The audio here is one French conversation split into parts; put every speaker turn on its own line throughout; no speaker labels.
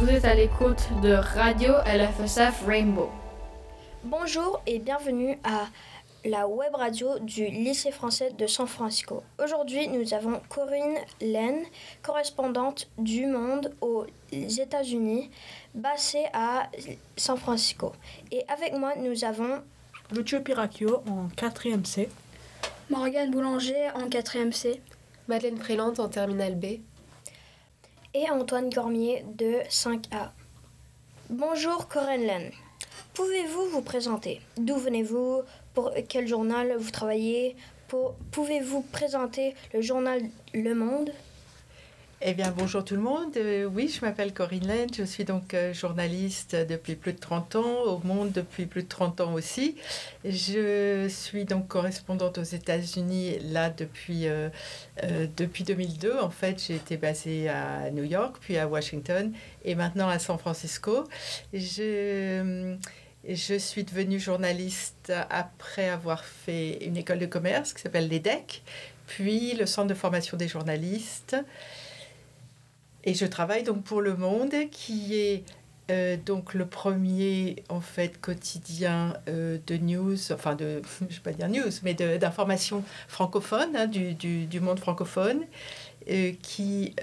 Vous êtes à l'écoute de Radio LFSF Rainbow.
Bonjour et bienvenue à la web radio du lycée français de San Francisco. Aujourd'hui, nous avons Corinne Laine, correspondante du Monde aux États-Unis, basée à San Francisco. Et avec moi, nous avons
Lucio Piracchio en 4e C.
Morgane Boulanger en 4e C.
Madeleine Frélante en terminale B.
Et Antoine Cormier de 5A. Bonjour Corinne Laine. Pouvez-vous vous présenter? D'où venez-vous? Pour quel journal vous travaillez? Pouvez-vous présenter le journal Le Monde?
Eh bien, bonjour tout le monde. Oui, je m'appelle Corinne Laine. Je suis donc journaliste depuis plus de 30 ans, au Monde depuis plus de 30 ans aussi. Je suis donc correspondante aux États-Unis là depuis 2002. En fait, j'ai été basée à New York, puis à Washington et maintenant à San Francisco. Je suis devenue journaliste après avoir fait une école de commerce qui s'appelle l'EDEC, puis le Centre de formation des journalistes. Et je travaille donc pour Le Monde, qui est donc le premier en fait quotidien de news, enfin de, je ne vais pas dire news, mais d'information francophone, hein, du monde francophone, qui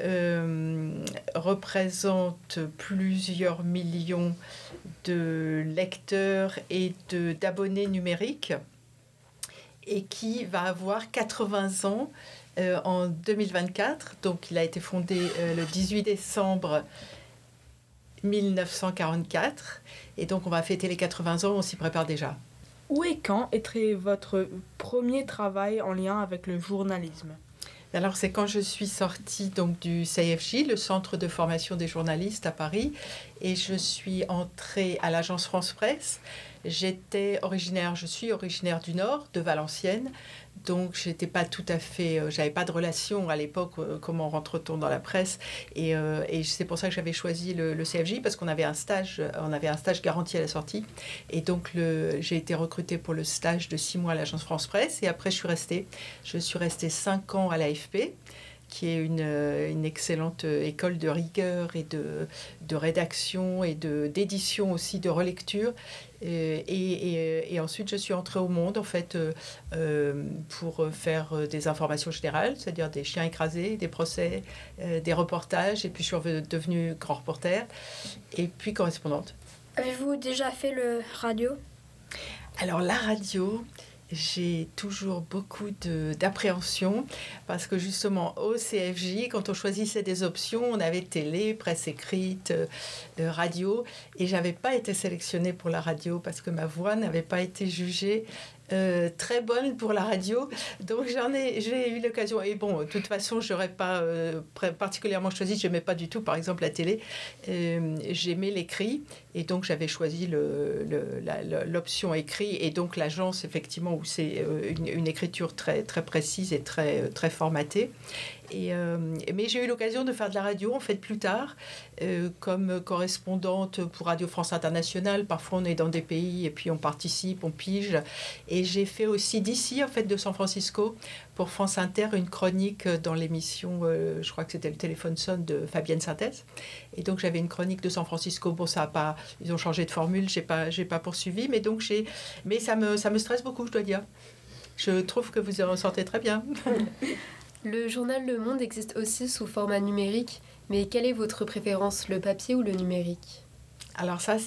représente plusieurs millions de lecteurs et d'abonnés numériques, et qui va avoir 80 ans en 2024. Donc il a été fondé le 18 décembre 1944. Et donc on va fêter les 80 ans, on s'y prépare déjà.
Où et quand était votre premier travail en lien avec le journalisme?
Alors c'est quand je suis sortie donc du CFJ, le Centre de formation des journalistes à Paris, et je suis entrée à l'agence France Presse. Je suis originaire du Nord, de Valenciennes, donc j'étais pas tout à fait, j'avais pas de relation à l'époque, comment rentre-t-on dans la presse, et c'est pour ça que j'avais choisi le CFJ, parce qu'on avait un stage garanti à la sortie, et donc j'ai été recrutée pour le stage de 6 mois à l'agence France Presse, et après je suis restée 5 ans à l'AFP, qui est une excellente école de rigueur et de rédaction et d'édition aussi, de relecture. Et ensuite, je suis entrée au Monde, en fait, pour faire des informations générales, c'est-à-dire des chiens écrasés, des procès, des reportages. Et puis, je suis devenue grand reporter et puis correspondante.
Avez-vous déjà fait le radio?
Alors, la radio, j'ai toujours beaucoup d'appréhension parce que justement au CFJ, quand on choisissait des options, on avait télé, presse écrite, radio, et j'avais pas été sélectionnée pour la radio parce que ma voix n'avait pas été jugée très bonne pour la radio, donc j'ai eu l'occasion, et bon, de toute façon j'aurais pas particulièrement choisi, j'aimais pas du tout par exemple la télé, j'aimais l'écrit, et donc j'avais choisi l'option écrit, et donc l'agence effectivement où c'est une écriture très, très précise et très, très formatée. Mais j'ai eu l'occasion de faire de la radio en fait plus tard, comme correspondante pour Radio France Internationale. Parfois on est dans des pays et puis on participe, on pige. Et j'ai fait aussi d'ici en fait de San Francisco pour France Inter une chronique dans l'émission, je crois que c'était le téléphone sonne de Fabienne Synthèse. Et donc j'avais une chronique de San Francisco. Bon, ça a pas, ils ont changé de formule, j'ai pas poursuivi, mais donc mais ça me stresse beaucoup, je dois dire. Je trouve que vous en sortez très bien.
Le journal Le Monde existe aussi sous format numérique, mais quelle est votre préférence, le papier ou le numérique?
Alors ça,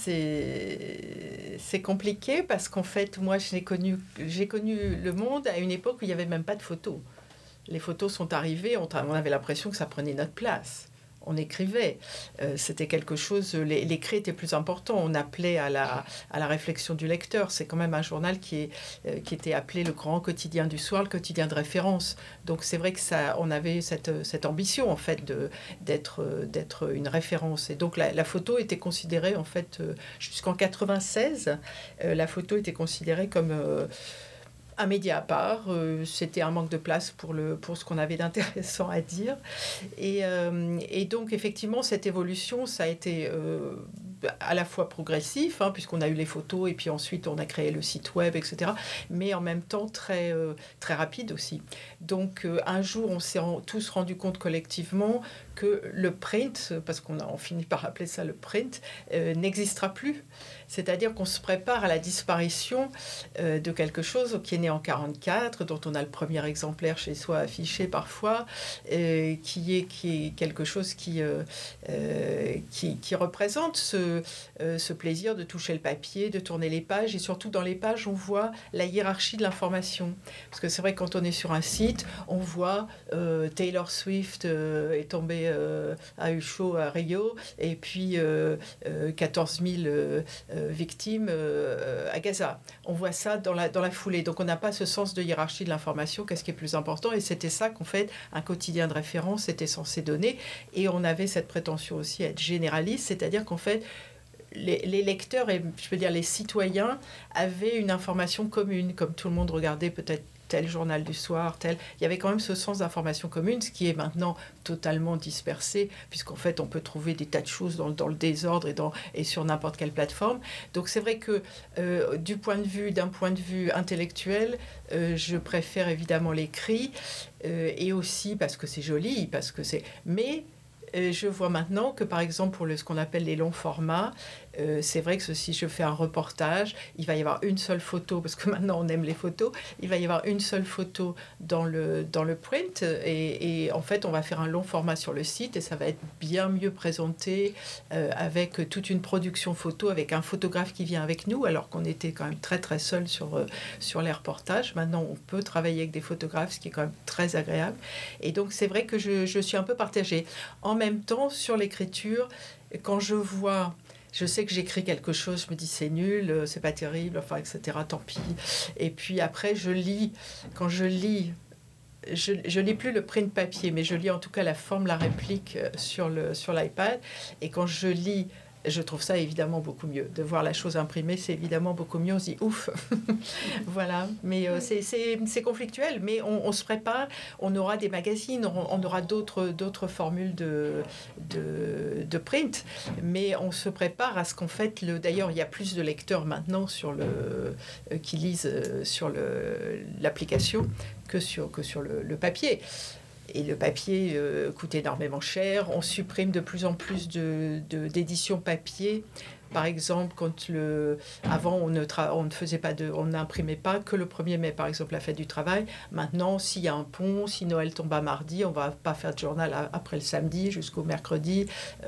c'est compliqué parce qu'en fait, moi, j'ai connu Le Monde à une époque où il n'y avait même pas de photos. Les photos sont arrivées, on avait l'impression que ça prenait notre place. On écrivait, c'était quelque chose, l'écrit était plus important, on appelait à la réflexion du lecteur. C'est quand même un journal qui était appelé le grand quotidien du soir, le quotidien de référence. Donc c'est vrai que on avait cette ambition en fait d'être une référence. Et donc la photo était considérée en fait, jusqu'en 96, la photo était considérée comme un média à part, c'était un manque de place pour ce qu'on avait d'intéressant à dire. Et donc, effectivement, cette évolution, ça a été à la fois progressif, puisqu'on a eu les photos et puis ensuite on a créé le site web, etc. Mais en même temps très, très rapide aussi. Donc un jour, on s'est tous rendu compte collectivement que le print, parce on finit par appeler ça le print, n'existera plus. C'est-à-dire qu'on se prépare à la disparition de quelque chose qui est né en 1944, dont on a le premier exemplaire chez soi affiché parfois, qui est quelque chose qui représente ce plaisir de toucher le papier, de tourner les pages, et surtout dans les pages, on voit la hiérarchie de l'information. Parce que c'est vrai que quand on est sur un site, on voit Taylor Swift est tombée a eu chaud à Rio, et puis 14 000 victimes à Gaza. On voit ça dans la foulée. Donc on n'a pas ce sens de hiérarchie de l'information, qu'est-ce qui est plus important, et c'était ça qu'en fait un quotidien de référence était censé donner, et on avait cette prétention aussi à être généraliste, c'est-à-dire qu'en fait les lecteurs et je veux dire les citoyens avaient une information commune, comme tout le monde regardait peut-être tel journal du soir, tel. Il y avait quand même ce sens d'information commune, ce qui est maintenant totalement dispersé, puisqu'en fait, on peut trouver des tas de choses dans le désordre et sur n'importe quelle plateforme. Donc, c'est vrai que d'un point de vue intellectuel, je préfère évidemment l'écrit, et aussi parce que c'est joli, Mais je vois maintenant que, par exemple, pour ce qu'on appelle les longs formats, c'est vrai que si je fais un reportage, il va y avoir une seule photo, parce que maintenant on aime les photos, il va y avoir une seule photo dans le print, et en fait on va faire un long format sur le site, et ça va être bien mieux présenté, avec toute une production photo, avec un photographe qui vient avec nous, alors qu'on était quand même très très seul sur les reportages. Maintenant on peut travailler avec des photographes, ce qui est quand même très agréable, et donc c'est vrai que je suis un peu partagée. En même temps, sur l'écriture, quand je sais que j'écris quelque chose, je me dis c'est nul, c'est pas terrible, enfin, etc., tant pis. Et puis après, je lis. Quand je lis, je lis plus le print papier, mais je lis en tout cas la forme, la réplique sur l'iPad. Et quand je lis, je trouve ça évidemment beaucoup mieux. De voir la chose imprimée, c'est évidemment beaucoup mieux. On se dit ouf. Voilà. Mais c'est conflictuel, mais on se prépare. On aura des magazines, on aura d'autres formules de print, mais on se prépare à ce qu'en fait, d'ailleurs, il y a plus de lecteurs maintenant qui lisent sur l'application que sur le papier. Et le papier coûte énormément cher. On supprime de plus en plus d'éditions papier. Par exemple, avant, on n'imprimait pas que le 1er mai, par exemple, la fête du travail. Maintenant, s'il y a un pont, si Noël tombe à mardi, on ne va pas faire de journal après le samedi jusqu'au mercredi.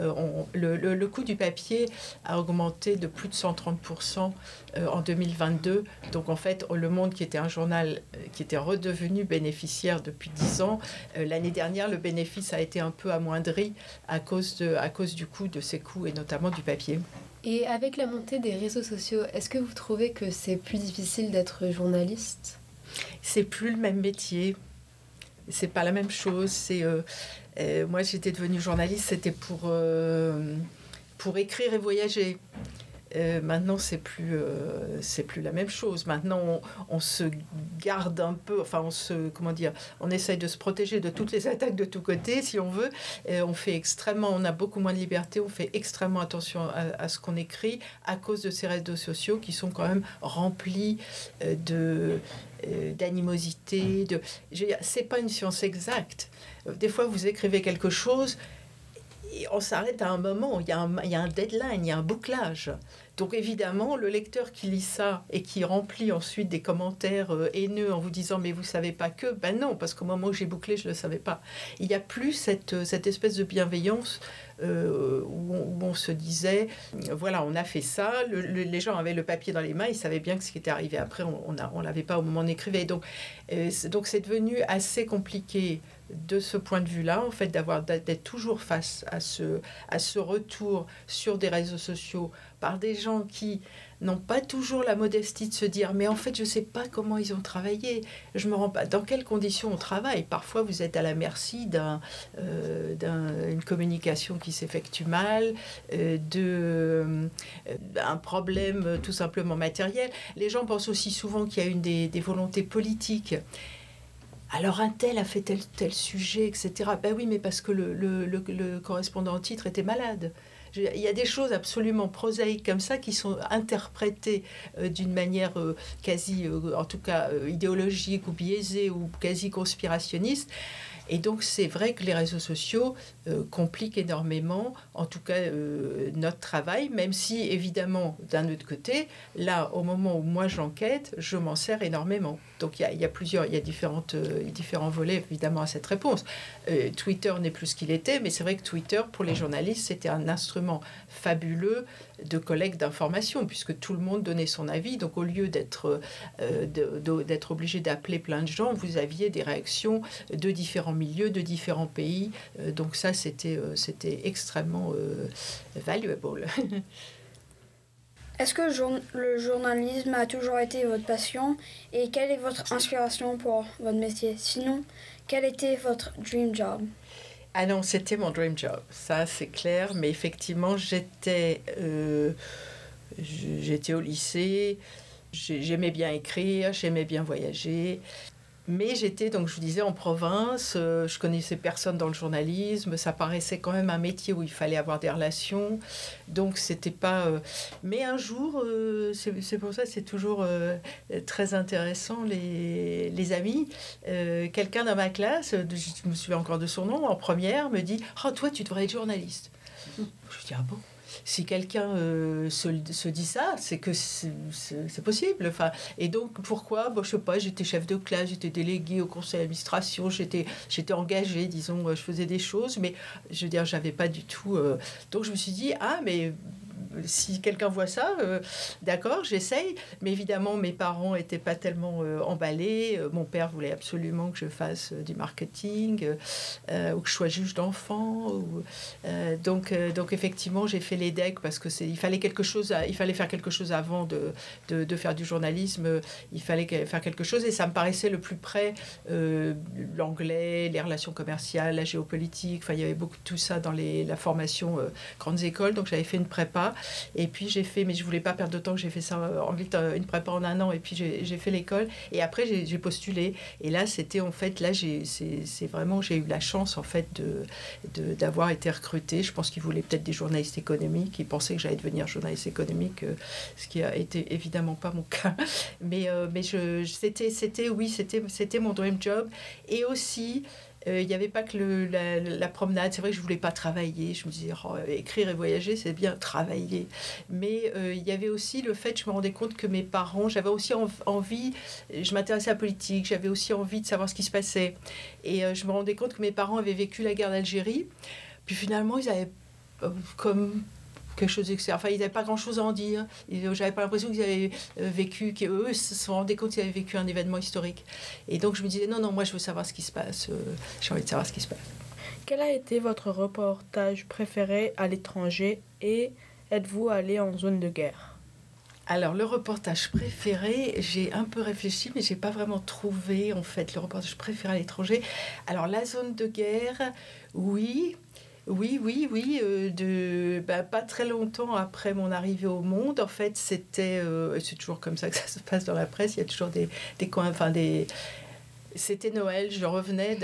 Le coût du papier a augmenté de plus de 130% en 2022. Donc, en fait, Le Monde, qui était un journal qui était redevenu bénéficiaire depuis 10 ans, l'année dernière, le bénéfice a été un peu amoindri à cause du coût de ces coûts, et notamment du papier.
Et avec la montée des réseaux sociaux, est-ce que vous trouvez que c'est plus difficile d'être journaliste ?
C'est plus le même métier. C'est pas la même chose. Moi, j'étais devenue journaliste, c'était pour écrire et voyager. Maintenant, c'est plus la même chose. Maintenant, on se garde un peu, enfin, on essaye de se protéger de toutes les attaques de tous côtés, si on veut. On a beaucoup moins de liberté, on fait extrêmement attention à ce qu'on écrit à cause de ces réseaux sociaux qui sont quand même remplis d'animosité. C'est pas une science exacte. Des fois, vous écrivez quelque chose, et on s'arrête à un moment, il y a un deadline, il y a un bouclage. Donc évidemment, le lecteur qui lit ça et qui remplit ensuite des commentaires haineux en vous disant « mais vous ne savez pas que », ben non, parce qu'au moment où j'ai bouclé, je ne le savais pas. Il n'y a plus cette espèce de bienveillance où on se disait « voilà, on a fait ça », les gens avaient le papier dans les mains, ils savaient bien que ce qui était arrivé après, on ne l'avait pas au moment où on écrivait. Donc c'est devenu assez compliqué de ce point de vue-là, en fait, d'être toujours face à ce retour sur des réseaux sociaux par des gens qui n'ont pas toujours la modestie de se dire « mais en fait, je ne sais pas comment ils ont travaillé, je ne me rends pas dans quelles conditions on travaille ». Parfois, vous êtes à la merci d'une communication qui s'effectue mal, d'un problème tout simplement matériel. Les gens pensent aussi souvent qu'il y a des volontés politiques. Alors un tel a fait tel sujet, etc. Ben oui, mais parce que le correspondant en titre était malade. Il y a des choses absolument prosaïques comme ça qui sont interprétées d'une manière quasi, en tout cas idéologique ou biaisée ou quasi conspirationniste. Et donc, c'est vrai que les réseaux sociaux compliquent énormément, en tout cas, notre travail, même si, évidemment, d'un autre côté, là, au moment où moi j'enquête, je m'en sers énormément. Donc, il y a différents volets, évidemment, à cette réponse. Twitter n'est plus ce qu'il était, mais c'est vrai que Twitter, pour les journalistes, c'était un instrument fabuleux de collecte d'informations, puisque tout le monde donnait son avis. Donc, au lieu d'être obligé d'appeler plein de gens, vous aviez des réactions de différents milieux, de différents pays. Donc ça, c'était extrêmement valuable.
Est-ce que le journalisme a toujours été votre passion et quelle est votre inspiration pour votre métier? Sinon, quel était votre dream job?
Ah non, c'était mon dream job, ça c'est clair, mais effectivement, j'étais au lycée, j'aimais bien écrire, j'aimais bien voyager. Mais j'étais, donc je vous disais, en province, je connaissais personne dans le journalisme, ça paraissait quand même un métier où il fallait avoir des relations, donc c'était pas... Mais un jour, c'est pour ça que c'est toujours très intéressant, les amis. Quelqu'un dans ma classe, je me souviens encore de son nom, en première, me dit « Oh, toi, tu devrais être journaliste ». Je dis « Ah bon ?» Si quelqu'un se dit ça, c'est que c'est possible. Enfin, et donc, pourquoi? Bon, je sais pas, j'étais chef de classe, j'étais déléguée au conseil d'administration, j'étais engagée, disons, je faisais des choses, mais je veux dire, j'avais pas du tout... Donc, je me suis dit, ah, mais... Si quelqu'un voit ça, d'accord, j'essaye. Mais évidemment, mes parents n'étaient pas tellement emballés. Mon père voulait absolument que je fasse du marketing ou que je sois juge d'enfants. Donc, effectivement, j'ai fait l'EDEC parce que il fallait faire quelque chose avant de faire du journalisme. Il fallait faire quelque chose et ça me paraissait le plus près l'anglais, les relations commerciales, la géopolitique. Enfin, il y avait beaucoup de tout ça dans la formation grandes écoles. Donc, j'avais fait une prépa. Et puis j'ai fait, mais je voulais pas perdre de temps, j'ai fait ça en vite, une prépa en 1 an, et puis j'ai fait l'école. Et après j'ai postulé. Et là c'était en fait, là c'est vraiment, j'ai eu la chance en fait d'avoir été recrutée. Je pense qu'ils voulaient peut-être des journalistes économiques. Ils pensaient que j'allais devenir journaliste économique, ce qui a été évidemment pas mon cas. Mais c'était mon dream job. Et aussi il n'y avait pas que la promenade. C'est vrai que je ne voulais pas travailler. Je me disais, écrire et voyager, c'est bien travailler. Mais il y avait aussi le fait, je me rendais compte que mes parents, j'avais aussi envie, je m'intéressais à la politique, j'avais aussi envie de savoir ce qui se passait. Et je me rendais compte que mes parents avaient vécu la guerre d'Algérie. Puis finalement, ils avaient comme... quelque chose d'extérieur. Enfin, ils n'avaient pas grand-chose à en dire. J'avais pas l'impression qu'ils avaient vécu, qu'eux se rendaient compte qu'ils avaient vécu un événement historique. Et donc, je me disais, non, moi, je veux savoir ce qui se passe. J'ai envie de savoir ce qui se passe.
Quel a été votre reportage préféré à l'étranger et êtes-vous allé en zone de guerre?
Alors, le reportage préféré, j'ai un peu réfléchi, mais je n'ai pas vraiment trouvé, en fait, le reportage préféré à l'étranger. Alors, la zone de guerre, oui... Oui, pas très longtemps après mon arrivée au monde, en fait, c'est toujours comme ça que ça se passe dans la presse, il y a toujours des coins, enfin c'était Noël, je revenais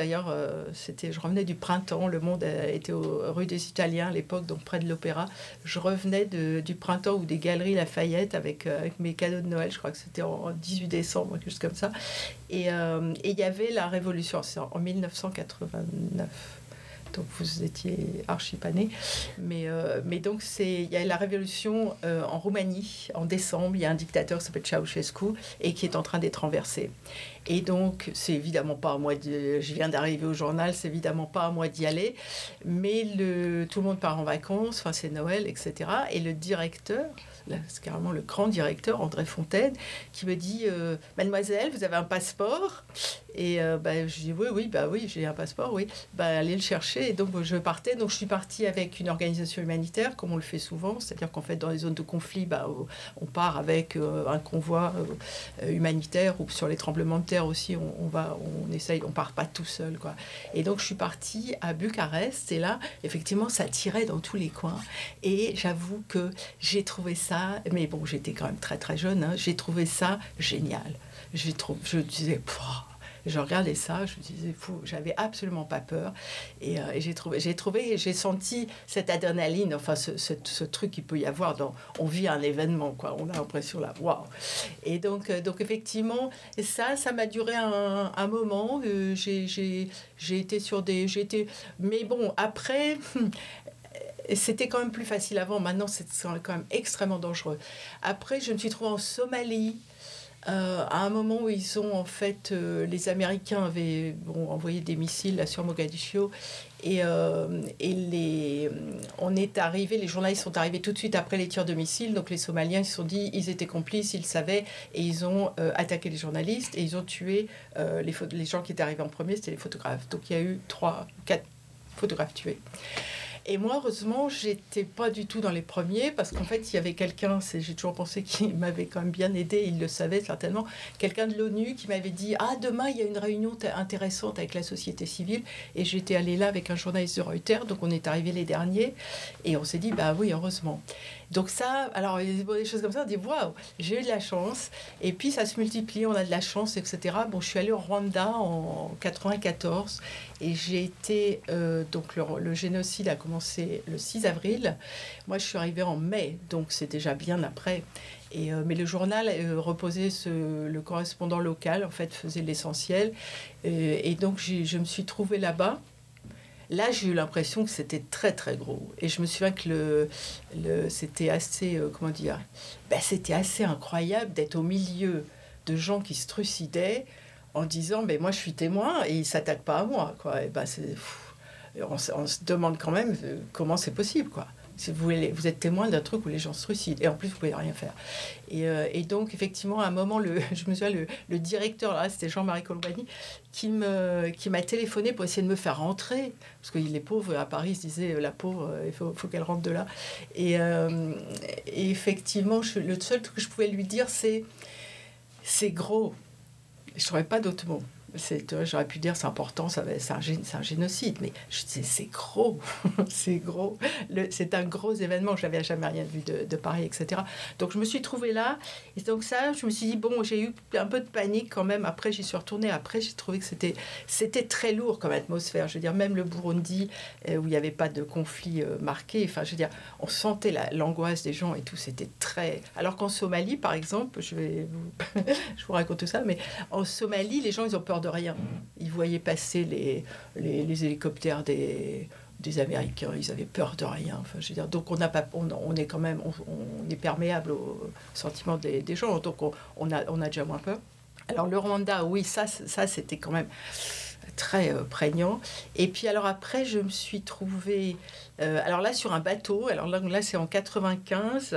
du printemps, le monde était rue des Italiens à l'époque, donc près de l'Opéra, je revenais du printemps ou des galeries Lafayette avec mes cadeaux de Noël, je crois que c'était en 18 décembre, quelque chose comme ça, et il y avait la Révolution, c'est en 1989. Donc vous étiez archi pas né. Mais donc il y a la révolution en Roumanie en décembre. Il y a un dictateur qui s'appelle Ceausescu et qui est en train d'être renversé. Et donc c'est évidemment pas à moi je viens d'arriver au journal, c'est évidemment pas à moi d'y aller. Mais tout le monde part en vacances, enfin c'est Noël, etc. Et le directeur, là, c'est carrément le grand directeur, André Fontaine, qui me dit Mademoiselle, vous avez un passeport? Et je dis oui, j'ai un passeport, oui. Allez le chercher. Et donc je partais. Donc je suis partie avec une organisation humanitaire, comme on le fait souvent. C'est-à-dire qu'en fait, dans les zones de conflit, on part avec un convoi humanitaire, ou sur les tremblements de terre aussi, on part pas tout seul, quoi. Et donc je suis partie à Bucarest. Et là, effectivement, ça tirait dans tous les coins. Et j'avoue que j'ai trouvé ça, mais bon, j'étais quand même très très jeune, hein, j'ai trouvé ça génial. Je disais, Et je regardais ça, je me disais, fou, j'avais absolument pas peur. Et j'ai senti cette adrénaline, enfin ce truc qu'il peut y avoir dans, on vit un événement, quoi. On a l'impression là, waouh. Et donc effectivement, ça m'a duré un moment. Mais bon, après, c'était quand même plus facile avant. Maintenant, c'est quand même extrêmement dangereux. Après, je me suis trouvée en Somalie. À un moment où ils ont en fait les Américains avaient envoyé des missiles là, sur Mogadiscio et on est arrivé, les journalistes sont arrivés tout de suite après les tirs de missiles, donc les Somaliens ils se sont dit, ils étaient complices, ils le savaient et ils ont attaqué les journalistes et ils ont tué les gens qui étaient arrivés en premier, c'était les photographes. Donc il y a eu 3-4 photographes tués. Et moi, heureusement, j'étais pas du tout dans les premiers parce qu'en fait, il y avait quelqu'un, j'ai toujours pensé qu'il m'avait quand même bien aidé, il le savait certainement, quelqu'un de l'ONU qui m'avait dit « Ah, demain, il y a une réunion intéressante avec la société civile. » Et j'étais allée là avec un journaliste de Reuters, donc on est arrivés les derniers et on s'est dit « Bah oui, heureusement. » Donc ça, alors des choses comme ça, on dit « Waouh, j'ai eu de la chance. » Et puis ça se multiplie, on a de la chance, etc. Bon, je suis allée au Rwanda en 94 et j'ai été, donc le génocide a commencé le 6 avril. Moi, je suis arrivée en mai, donc c'est déjà bien après. Mais le journal reposait le correspondant local, en fait, faisait l'essentiel. Et donc, je me suis trouvée là-bas. Là, j'ai eu l'impression que c'était très, très gros. Et je me souviens que c'était assez, c'était assez incroyable d'être au milieu de gens qui se trucidaient en disant, moi, je suis témoin et ils ne s'attaquent pas à moi, quoi. Et on se demande quand même comment c'est possible, quoi. Si vous êtes témoin d'un truc où les gens se trucident et en plus vous pouvez rien faire. Et donc effectivement à un moment je me souviens le directeur là c'était Jean-Marie Colombani qui m'a téléphoné pour essayer de me faire rentrer parce que les pauvres à Paris se disaient la pauvre il faut qu'elle rentre de là et effectivement le seul truc que je pouvais lui dire c'est gros. Je trouvais pas d'autres mots. J'aurais pu dire c'est important, c'est un génocide, mais c'est gros, c'est gros. C'est un gros événement, je n'avais jamais rien vu de pareil, etc. Donc je me suis trouvée là, et donc ça, je me suis dit, bon, j'ai eu un peu de panique quand même, après j'y suis retournée, après j'ai trouvé que c'était très lourd comme atmosphère, je veux dire, même le Burundi, où il n'y avait pas de conflit marqué, enfin je veux dire, on sentait l'angoisse des gens et tout, c'était très... Alors qu'en Somalie, par exemple, je vous raconte tout ça, mais en Somalie, les gens, ils ont peur de rien. Ils voyaient passer les hélicoptères des Américains, ils avaient peur de rien. Enfin, je veux dire, donc on est quand même, on est perméable aux sentiments des gens, donc on a déjà moins peur. Alors le Rwanda, oui, ça c'était quand même très prégnant. Et puis alors après, je me suis trouvée, alors là sur un bateau, alors là c'est en 95,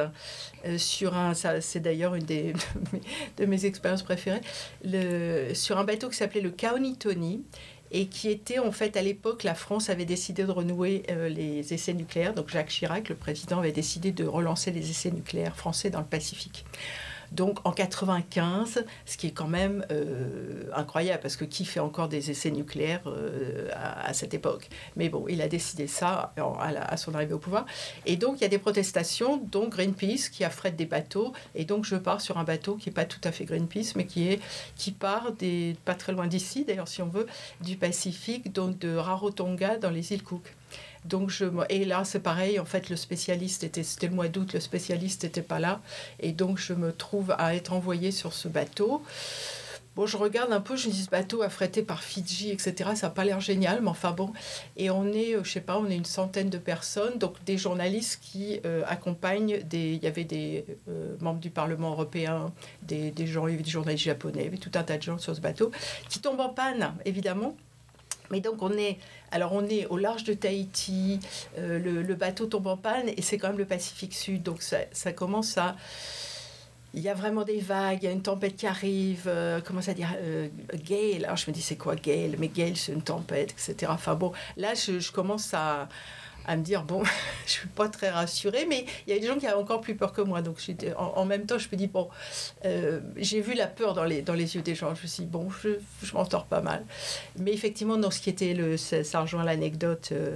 c'est d'ailleurs une de mes expériences préférées, sur un bateau qui s'appelait le Kaonitoni, et qui était en fait à l'époque, la France avait décidé de renouer les essais nucléaires, donc Jacques Chirac, le président, avait décidé de relancer les essais nucléaires français dans le Pacifique. Donc en 95, ce qui est quand même incroyable, parce que qui fait encore des essais nucléaires à cette époque? Mais bon, il a décidé ça à son arrivée au pouvoir. Et donc il y a des protestations, dont Greenpeace qui affrète des bateaux. Et donc je pars sur un bateau qui n'est pas tout à fait Greenpeace, mais qui part pas très loin d'ici, d'ailleurs si on veut, du Pacifique, donc de Rarotonga dans les îles Cook. Donc et là, c'est pareil, en fait, c'était le mois d'août, le spécialiste n'était pas là. Et donc, je me trouve à être envoyée sur ce bateau. Bon, je regarde un peu, je me dis, ce bateau affrété par Fidji, etc., ça n'a pas l'air génial, mais enfin bon. Et on est, on est une centaine de personnes, donc des journalistes qui accompagnent il y avait des membres du Parlement européen, des gens, il y avait des journalistes japonais, il y avait tout un tas de gens sur ce bateau, qui tombent en panne, évidemment. Mais donc on est au large de Tahiti, le bateau tombe en panne et c'est quand même le Pacifique Sud, donc ça commence à... Il y a vraiment des vagues, il y a une tempête qui arrive, commence à dire gale, alors je me dis c'est quoi gale? Mais gale c'est une tempête, etc. Enfin bon, là je commence à me dire, bon, je suis pas très rassurée, mais il y a des gens qui avaient encore plus peur que moi. Donc, en même temps, je me dis, bon, j'ai vu la peur dans les yeux des gens. Je me suis dit, bon, je m'en tords pas mal. Mais effectivement, dans ce qui était ça rejoint l'anecdote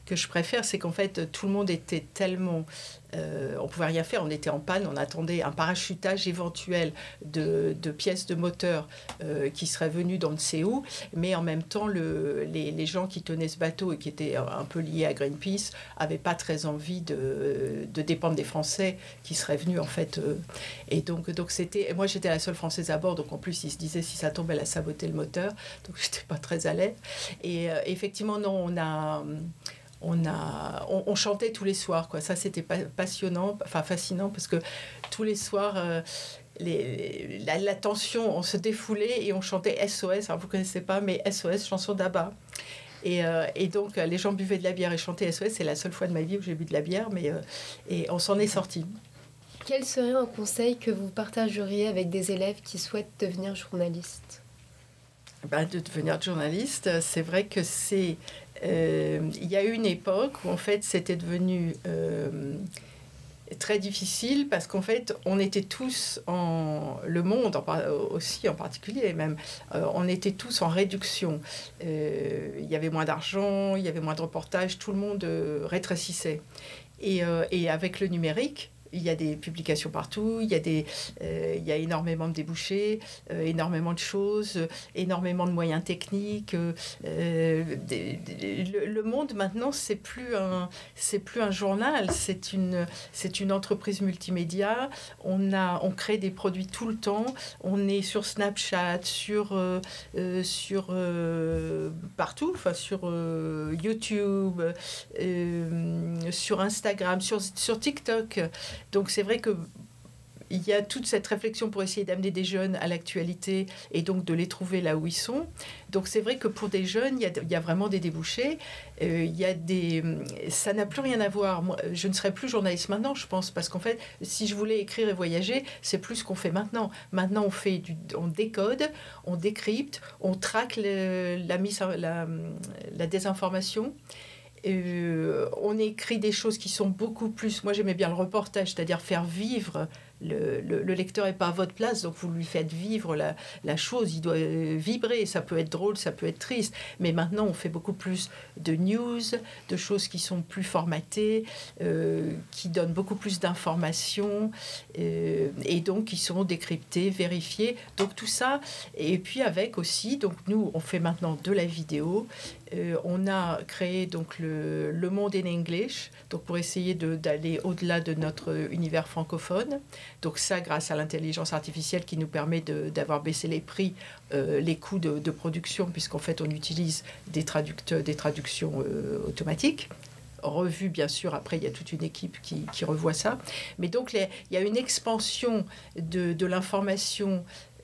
que je préfère, c'est qu'en fait, tout le monde était tellement... on pouvait rien faire, on était en panne, on attendait un parachutage éventuel de pièces de moteur qui seraient venues d'on ne sait où, mais en même temps, les gens qui tenaient ce bateau et qui étaient un peu liés à Greenpeace n'avaient pas très envie de dépendre des Français qui seraient venus, en fait. Et donc moi, j'étais la seule Française à bord, donc en plus, ils se disaient, si ça tombe, elle a saboté le moteur, donc j'étais pas très à l'aise. Et effectivement, non, on chantait tous les soirs, quoi. Ça, c'était fascinant, parce que tous les soirs, la tension, on se défoulait et on chantait SOS. Alors, vous ne connaissez pas, mais SOS, chanson d'ABBA. Et donc, les gens buvaient de la bière et chantaient SOS. C'est la seule fois de ma vie où j'ai bu de la bière, et on s'en est sortis.
Quel serait un conseil que vous partageriez avec des élèves qui souhaitent devenir journalistes ?
De devenir journaliste, c'est vrai que c'est... il y a eu une époque où en fait c'était devenu très difficile parce qu'en fait on était tous le monde aussi en particulier même, on était tous en réduction. Il y avait moins d'argent, il y avait moins de reportages, tout le monde rétrécissait. Et avec le numérique, il y a des publications partout, il y a énormément de débouchés, énormément de choses, énormément de moyens techniques. Le monde maintenant, c'est plus un journal, c'est une entreprise multimédia. On crée des produits tout le temps. On est sur Snapchat, partout, enfin sur YouTube, sur Instagram, sur TikTok. Donc c'est vrai qu'il y a toute cette réflexion pour essayer d'amener des jeunes à l'actualité et donc de les trouver là où ils sont. Donc c'est vrai que pour des jeunes, il y a vraiment des débouchés. Ça n'a plus rien à voir. Moi, je ne serais plus journaliste maintenant, je pense, parce qu'en fait, si je voulais écrire et voyager, c'est plus ce qu'on fait maintenant. Maintenant, on décode, on décrypte, on traque la désinformation. On écrit des choses qui sont beaucoup plus... Moi, j'aimais bien le reportage, c'est-à-dire faire vivre... Le lecteur n'est pas à votre place, donc vous lui faites vivre la chose. Il doit vibrer, ça peut être drôle, ça peut être triste. Mais maintenant, on fait beaucoup plus de news, de choses qui sont plus formatées, qui donnent beaucoup plus d'informations, et donc qui sont décryptées, vérifiées. Donc tout ça, et puis avec aussi, donc nous, on fait maintenant de la vidéo. On a créé donc le Monde in English, donc pour essayer d'aller au-delà de notre univers francophone. Donc ça, grâce à l'intelligence artificielle qui nous permet d'avoir baissé les prix, les coûts de production, puisqu'en fait on utilise des traductions automatiques. Revues, bien sûr, après il y a toute une équipe qui revoit ça. Mais donc il y a une expansion de l'information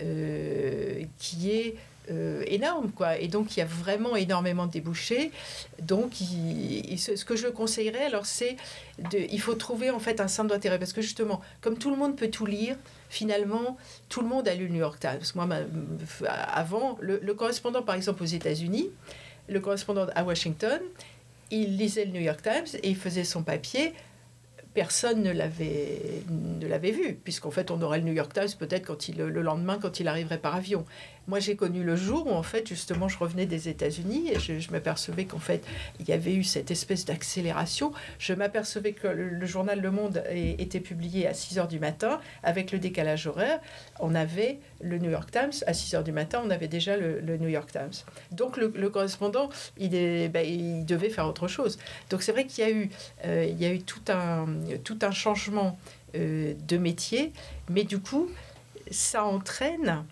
qui est énorme, quoi. Et donc il y a vraiment énormément de débouchés. Donc ce que je conseillerais, alors il faut trouver en fait un centre d'intérêt, parce que justement, comme tout le monde peut tout lire, finalement tout le monde a lu le New York Times. Moi, avant, le correspondant par exemple aux États-Unis, le correspondant à Washington, il lisait le New York Times et il faisait son papier. Personne ne l'avait vu, puisqu'en fait, on aurait le New York Times peut-être le lendemain, quand il arriverait par avion. Moi, j'ai connu le jour où, en fait, justement, je revenais des États-Unis et je m'apercevais qu'en fait, il y avait eu cette espèce d'accélération. Je m'apercevais que le journal Le Monde était publié à 6h du matin. Avec le décalage horaire, on avait le New York Times. À 6h du matin, on avait déjà le New York Times. Donc, le correspondant, il devait faire autre chose. Donc, c'est vrai qu'il y a eu tout un changement de métier, mais du coup, ça entraîne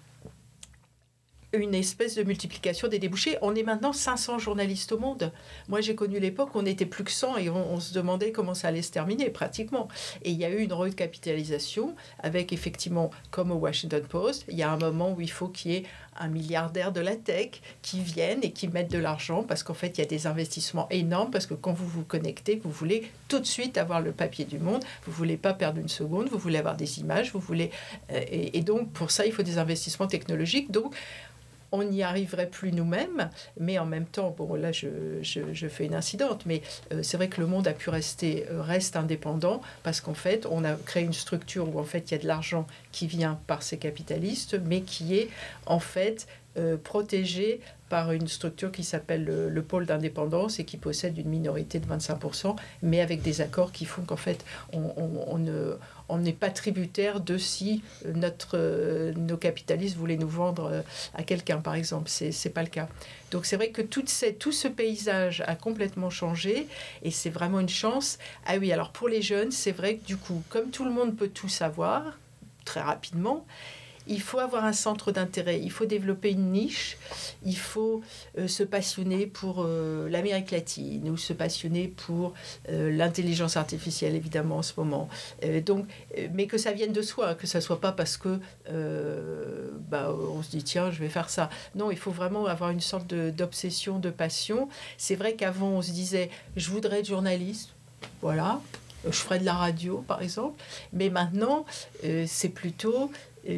une espèce de multiplication des débouchés. On est maintenant 500 journalistes au monde. Moi, j'ai connu l'époque où on n'était plus que 100 et on se demandait comment ça allait se terminer, pratiquement. Et il y a eu une recapitalisation avec, effectivement, comme au Washington Post, il y a un moment où il faut qu'il y ait un milliardaire de la tech qui vienne et qui mette de l'argent, parce qu'en fait, il y a des investissements énormes, parce que quand vous vous connectez, vous voulez tout de suite avoir le papier du monde, vous ne voulez pas perdre une seconde, vous voulez avoir des images, vous voulez... et donc, pour ça, il faut des investissements technologiques. Donc, on n'y arriverait plus nous-mêmes, mais en même temps, bon là je fais une incidente, mais c'est vrai que le monde a pu reste indépendant, parce qu'en fait on a créé une structure où en fait il y a de l'argent qui vient par ces capitalistes, mais qui est en fait protégé par une structure qui s'appelle le pôle d'indépendance et qui possède une minorité de 25%, mais avec des accords qui font qu'en fait, on n'est pas tributaire de si nos capitalistes voulaient nous vendre à quelqu'un, par exemple. C'est pas le cas. Donc c'est vrai que tout ce paysage a complètement changé et c'est vraiment une chance. Ah oui, alors pour les jeunes, c'est vrai que du coup, comme tout le monde peut tout savoir très rapidement, il faut avoir un centre d'intérêt, il faut développer une niche, il faut se passionner pour l'Amérique latine ou se passionner pour l'intelligence artificielle, évidemment, en ce moment. Mais que ça vienne de soi, que ça ne soit pas parce que on se dit, tiens, je vais faire ça. Non, il faut vraiment avoir une sorte d'obsession, de passion. C'est vrai qu'avant, on se disait, je voudrais être journaliste, voilà. Je ferais de la radio, par exemple. Mais maintenant, c'est plutôt...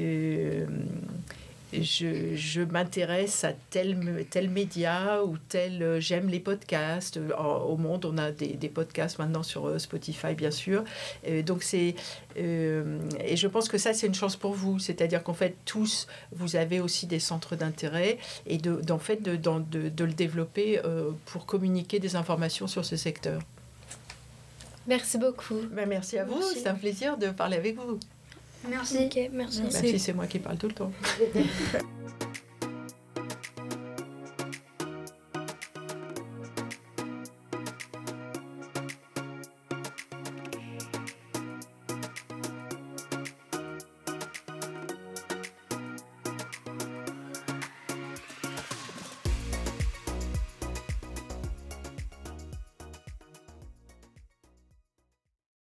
je m'intéresse à tel média ou tel... j'aime les podcasts. Au monde, on a des podcasts maintenant sur Spotify, bien sûr. Donc et je pense que ça, c'est une chance pour vous. C'est-à-dire qu'en fait, tous, vous avez aussi des centres d'intérêt et de le développer pour communiquer des informations sur ce secteur.
Merci beaucoup.
Merci à vous, c'est un plaisir de parler avec vous.
Merci.
Ok, merci.
Même si c'est moi qui parle tout le temps.